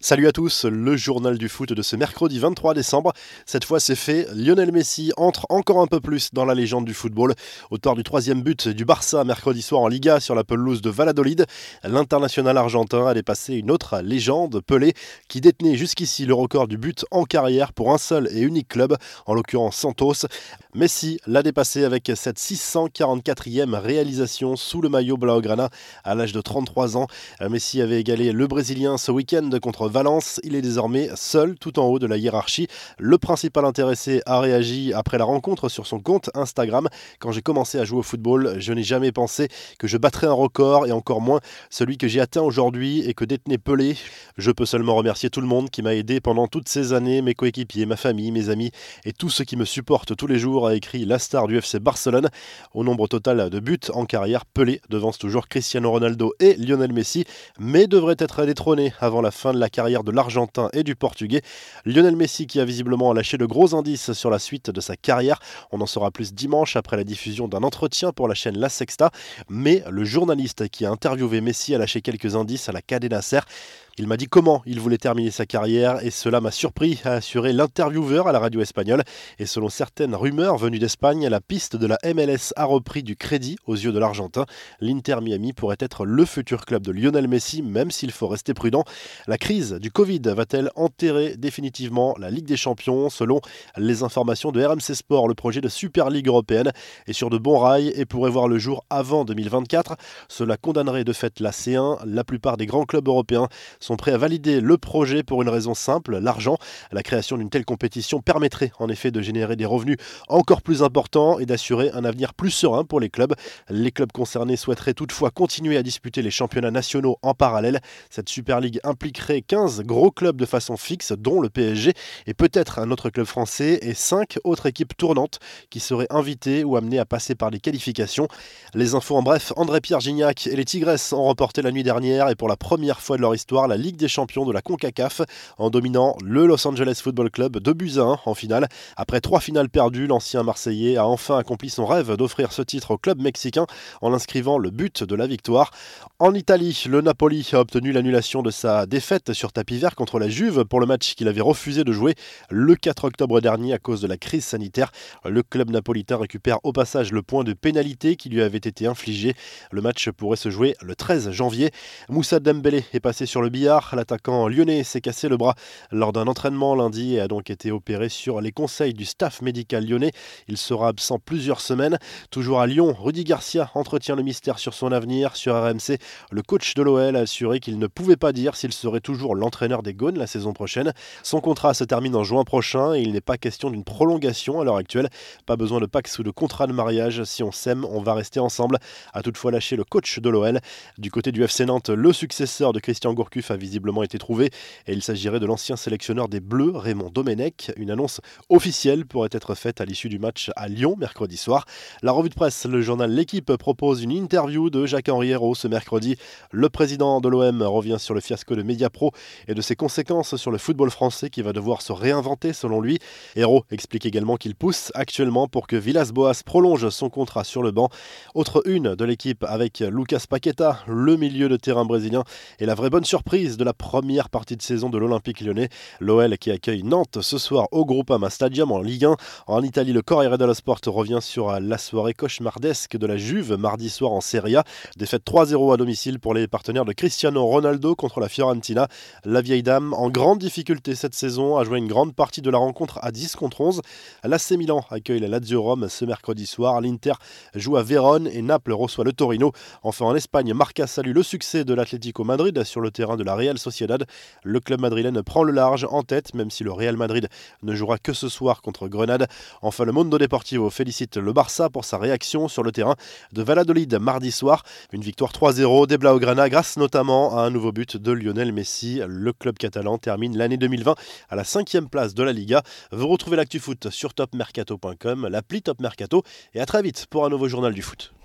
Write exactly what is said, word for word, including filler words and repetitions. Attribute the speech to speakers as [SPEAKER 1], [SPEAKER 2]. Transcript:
[SPEAKER 1] Salut à tous, le journal du foot de ce mercredi vingt-trois décembre. Cette fois c'est fait, Lionel Messi entre encore un peu plus dans la légende du football. Auteur du troisième but du Barça mercredi soir en Liga sur la pelouse de Valladolid, l'international argentin a dépassé une autre légende, Pelé, qui détenait jusqu'ici le record du but en carrière pour un seul et unique club, en l'occurrence Santos. Messi l'a dépassé avec cette six cent quarante-quatrième réalisation sous le maillot blaugrana à l'âge de trente-trois ans. Messi avait égalé le Brésilien ce week-end contre Valence. Il est désormais seul tout en haut de la hiérarchie. Le principal intéressé a réagi après la rencontre sur son compte Instagram. Quand j'ai commencé à jouer au football, je n'ai jamais pensé que je battrais un record et encore moins celui que j'ai atteint aujourd'hui et que détenait Pelé. Je peux seulement remercier tout le monde qui m'a aidé pendant toutes ces années, mes coéquipiers, ma famille, mes amis et tous ceux qui me supportent tous les jours, a écrit la star du F C Barcelone. Au nombre total de buts en carrière, Pelé devance toujours Cristiano Ronaldo et Lionel Messi, mais devrait être détrôné avant la fin de la carrière de l'Argentin et du Portugais. Lionel Messi qui a visiblement lâché de gros indices sur la suite de sa carrière. On en saura plus dimanche après la diffusion d'un entretien pour la chaîne La Sexta. Mais le journaliste qui a interviewé Messi a lâché quelques indices à la Cadena Ser. Il m'a dit comment il voulait terminer sa carrière et cela m'a surpris, a assuré l'intervieweur à la radio espagnole. Et selon certaines rumeurs venues d'Espagne, la piste de la M L S a repris du crédit aux yeux de l'Argentin. L'Inter Miami pourrait être le futur club de Lionel Messi, même s'il faut rester prudent. La crise du Covid va-t-elle enterrer définitivement la Ligue des Champions? Selon les informations de R M C Sport, le projet de Super Ligue européenne est sur de bons rails et pourrait voir le jour avant deux mille vingt-quatre. Cela condamnerait de fait la C un. La plupart des grands clubs européens sont prêts à valider le projet pour une raison simple, l'argent. La création d'une telle compétition permettrait en effet de générer des revenus encore plus importants et d'assurer un avenir plus serein pour les clubs. Les clubs concernés souhaiteraient toutefois continuer à disputer les championnats nationaux en parallèle. Cette Super League impliquerait quinze gros clubs de façon fixe, dont le P S G et peut-être un autre club français et cinq autres équipes tournantes qui seraient invitées ou amenées à passer par les qualifications. Les infos en bref, André-Pierre Gignac et les Tigresses ont remporté la nuit dernière et pour la première fois de leur histoire la Ligue des champions de la CONCACAF en dominant le Los Angeles Football Club deux buts à un en finale. Après trois finales perdues, l'ancien Marseillais a enfin accompli son rêve d'offrir ce titre au club mexicain en inscrivant le but de la victoire. En Italie, le Napoli a obtenu l'annulation de sa défaite sur tapis vert contre la Juve pour le match qu'il avait refusé de jouer le quatre octobre dernier à cause de la crise sanitaire. Le club napolitain récupère au passage le point de pénalité qui lui avait été infligé. Le match pourrait se jouer le treize janvier. Moussa Dembélé est passé sur le billard. L'attaquant lyonnais s'est cassé le bras lors d'un entraînement lundi et a donc été opéré sur les conseils du staff médical lyonnais. Il sera absent plusieurs semaines. Toujours à Lyon, Rudy Garcia entretient le mystère sur son avenir. Sur R M C, le coach de l'O L a assuré qu'il ne pouvait pas dire s'il serait toujours l'entraîneur des Gaunes la saison prochaine. Son contrat se termine en juin prochain et il n'est pas question d'une prolongation à l'heure actuelle. Pas besoin de pax ou de contrat de mariage. Si on s'aime, on va rester ensemble, a toutefois lâché le coach de l'O L. Du côté du F C Nantes, le successeur de Christian Gourcuff a visiblement été trouvé et il s'agirait de l'ancien sélectionneur des Bleus, Raymond Domenech. Une annonce officielle pourrait être faite à l'issue du match à Lyon mercredi soir. La revue de presse, le journal L'Équipe propose une interview de Jacques-Henri Hérault ce mercredi. Le président de l'O M revient sur le fiasco de Mediapro et de ses conséquences sur le football français qui va devoir se réinventer selon lui. Hérault explique également qu'il pousse actuellement pour que Villas-Boas prolonge son contrat sur le banc. Autre une de l'équipe avec Lucas Paqueta, le milieu de terrain brésilien, et la vraie bonne surprise de la première partie de saison de l'Olympique lyonnais. L'O L qui accueille Nantes ce soir au Groupama Stadium en Ligue un. En Italie, le Corriere dello Sport revient sur la soirée cauchemardesque de la Juve mardi soir en Serie A. Défaite trois zéro à domicile pour les partenaires de Cristiano Ronaldo contre la Fiorentina. La vieille dame, en grande difficulté cette saison, a joué une grande partie de la rencontre à dix contre onze. L'A C Milan accueille la Lazio Rome ce mercredi soir. L'Inter joue à Vérone et Naples reçoit le Torino. Enfin en Espagne, Marca salue le succès de l'Atlético Madrid sur le terrain de la Real Sociedad. Le club madrilène prend le large en tête, même si le Real Madrid ne jouera que ce soir contre Grenade. Enfin, le Mundo Deportivo félicite le Barça pour sa réaction sur le terrain de Valladolid mardi soir. Une victoire trois zéro des Blaugrana grâce notamment à un nouveau but de Lionel Messi. Le club catalan termine l'année deux mille vingt à la cinquième place de la Liga. Vous retrouvez l'actu foot sur top mercato point com, l'appli Top Mercato et à très vite pour un nouveau journal du foot.